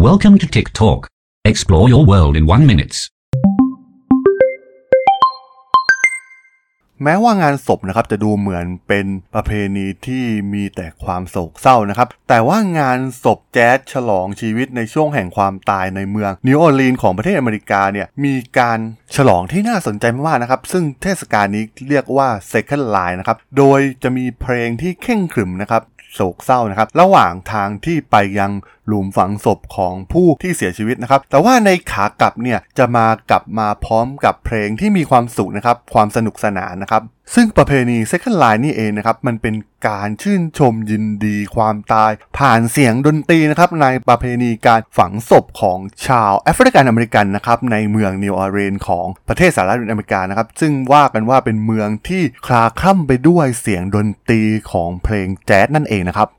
Welcome to TikTok. Explore your world in 1 minute. แม้ว่างานศพนะครับจะดูเหมือนเป็นประเพณีที่มีแต่ความโศกเศร้านะครับแต่ว่างานศพแจ๊สฉลองชีวิตในช่วงแห่งความตายในเมืองนิวออร์ลีนส์ของประเทศอเมริกาเนี่ยมีการฉลองที่น่าสนใจมากๆนะครับซึ่งเทศกาลนี้เรียกว่า Second Life นะครับโดยจะมีเพลงที่เคร่งขรึมนะครับโศกเศร้านะครับระหว่างทางที่ไปยังหลุมฝังศพของผู้ที่เสียชีวิตนะครับแต่ว่าในขากลับเนี่ยจะกลับมาพร้อมกับเพลงที่มีความสุขนะครับความสนุกสนานนะครับซึ่งประเพณี Second Life นี่เองนะครับมันเป็นการชื่นชมยินดีความตายผ่านเสียงดนตรีนะครับในประเพณีการฝังศพของชาวแอฟริกันอเมริกันนะครับในเมืองนิวออร์ลีนส์ของประเทศสหรัฐอเมริกานะครับซึ่งว่ากันว่าเป็นเมืองที่คลาคล่ำไปด้วยเสียงดนตรีของเพลงแจ๊สนั่นเองนะครับ